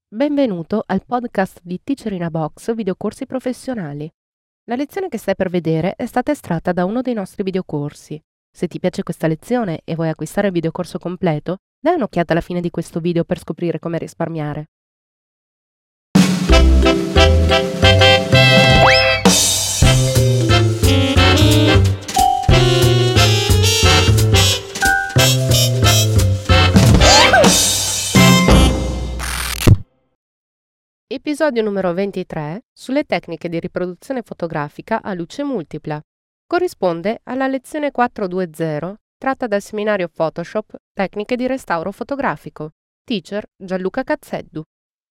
Benvenuto al podcast di Teacher in a Box videocorsi professionali. La lezione che stai per vedere è stata estratta da uno dei nostri videocorsi. Se ti piace questa lezione e vuoi acquistare il videocorso completo, dai un'occhiata alla fine di questo video per scoprire come risparmiare. Episodio numero 23 sulle tecniche di riproduzione fotografica a luce multipla. Corrisponde alla lezione 420 tratta dal seminario Photoshop Tecniche di restauro fotografico. Teacher Gianluca Cazzeddu.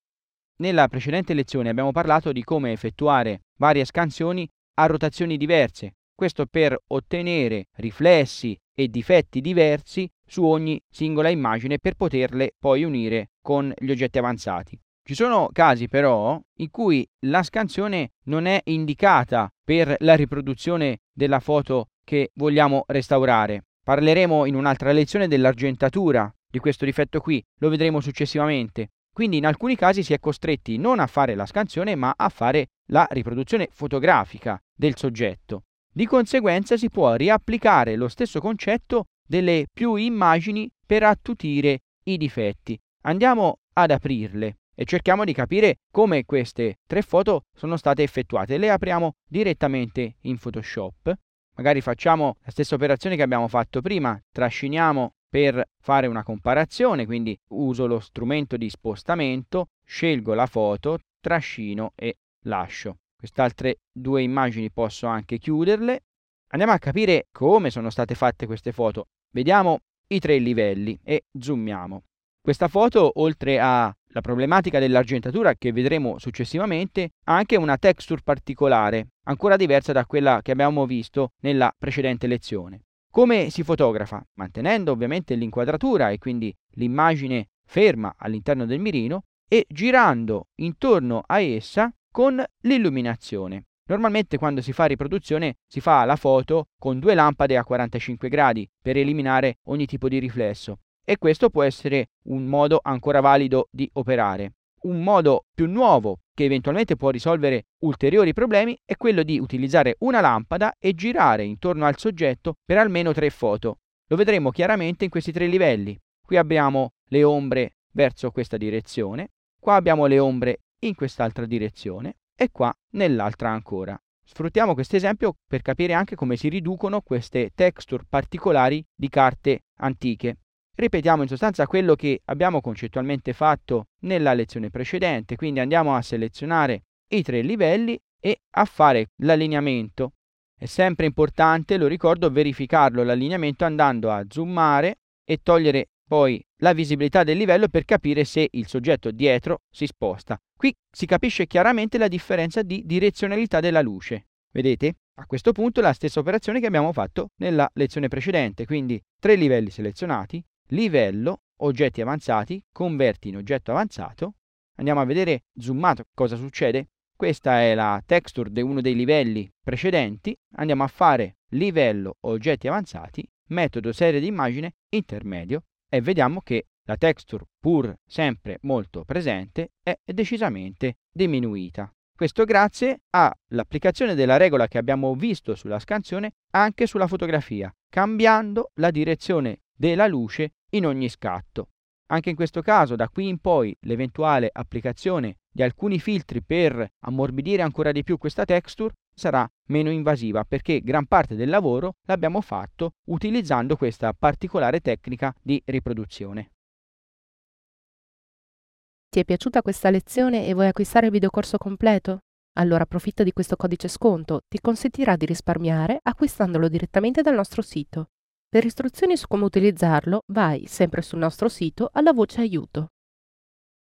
Nella precedente lezione abbiamo parlato di come effettuare varie scansioni a rotazioni diverse, questo per ottenere riflessi e difetti diversi su ogni singola immagine per poterle poi unire con gli oggetti avanzati. Ci sono casi però in cui la scansione non è indicata per la riproduzione della foto che vogliamo restaurare. Parleremo in un'altra lezione dell'argentatura di questo difetto qui, lo vedremo successivamente. Quindi in alcuni casi si è costretti non a fare la scansione ma a fare la riproduzione fotografica del soggetto. Di conseguenza si può riapplicare lo stesso concetto delle più immagini per attutire i difetti. Andiamo ad aprirle e cerchiamo di capire come queste tre foto sono state effettuate. Le apriamo direttamente in Photoshop. Magari facciamo la stessa operazione che abbiamo fatto prima, trasciniamo per fare una comparazione, quindi uso lo strumento di spostamento, scelgo la foto, trascino e lascio. Queste altre due immagini posso anche chiuderle. Andiamo a capire come sono state fatte queste foto. Vediamo i tre livelli e zoomiamo. Questa foto, oltre alla problematica dell'argentatura che vedremo successivamente, ha anche una texture particolare, ancora diversa da quella che abbiamo visto nella precedente lezione. Come si fotografa? Mantenendo ovviamente l'inquadratura e quindi l'immagine ferma all'interno del mirino e girando intorno a essa con l'illuminazione. Normalmente quando si fa riproduzione si fa la foto con due lampade a 45 gradi per eliminare ogni tipo di riflesso. E questo può essere un modo ancora valido di operare. Un modo più nuovo che eventualmente può risolvere ulteriori problemi è quello di utilizzare una lampada e girare intorno al soggetto per almeno 3 foto. Lo vedremo chiaramente in questi tre livelli. Qui abbiamo le ombre verso questa direzione, qua abbiamo le ombre in quest'altra direzione e qua nell'altra ancora. Sfruttiamo questo esempio per capire anche come si riducono queste texture particolari di carte antiche. Ripetiamo in sostanza quello che abbiamo concettualmente fatto nella lezione precedente, quindi andiamo a selezionare i tre livelli e a fare l'allineamento. È sempre importante, lo ricordo, verificarlo l'allineamento andando a zoomare e togliere poi la visibilità del livello per capire se il soggetto dietro si sposta. Qui si capisce chiaramente la differenza di direzionalità della luce. Vedete? A questo punto è la stessa operazione che abbiamo fatto nella lezione precedente, quindi tre livelli selezionati. Livello, oggetti avanzati, converti in oggetto avanzato. Andiamo a vedere zoomato cosa succede. Questa è la texture di uno dei livelli precedenti. Andiamo a fare livello, oggetti avanzati, metodo serie di immagine, intermedio e vediamo che la texture, pur sempre molto presente, è decisamente diminuita. Questo grazie all'applicazione della regola che abbiamo visto sulla scansione anche sulla fotografia, cambiando la direzione della luce in ogni scatto. Anche in questo caso, da qui in poi, l'eventuale applicazione di alcuni filtri per ammorbidire ancora di più questa texture sarà meno invasiva perché gran parte del lavoro l'abbiamo fatto utilizzando questa particolare tecnica di riproduzione. Ti è piaciuta questa lezione e vuoi acquistare il videocorso completo? Allora approfitta di questo codice sconto, ti consentirà di risparmiare acquistandolo direttamente dal nostro sito. Per istruzioni su come utilizzarlo, vai sempre sul nostro sito alla voce aiuto.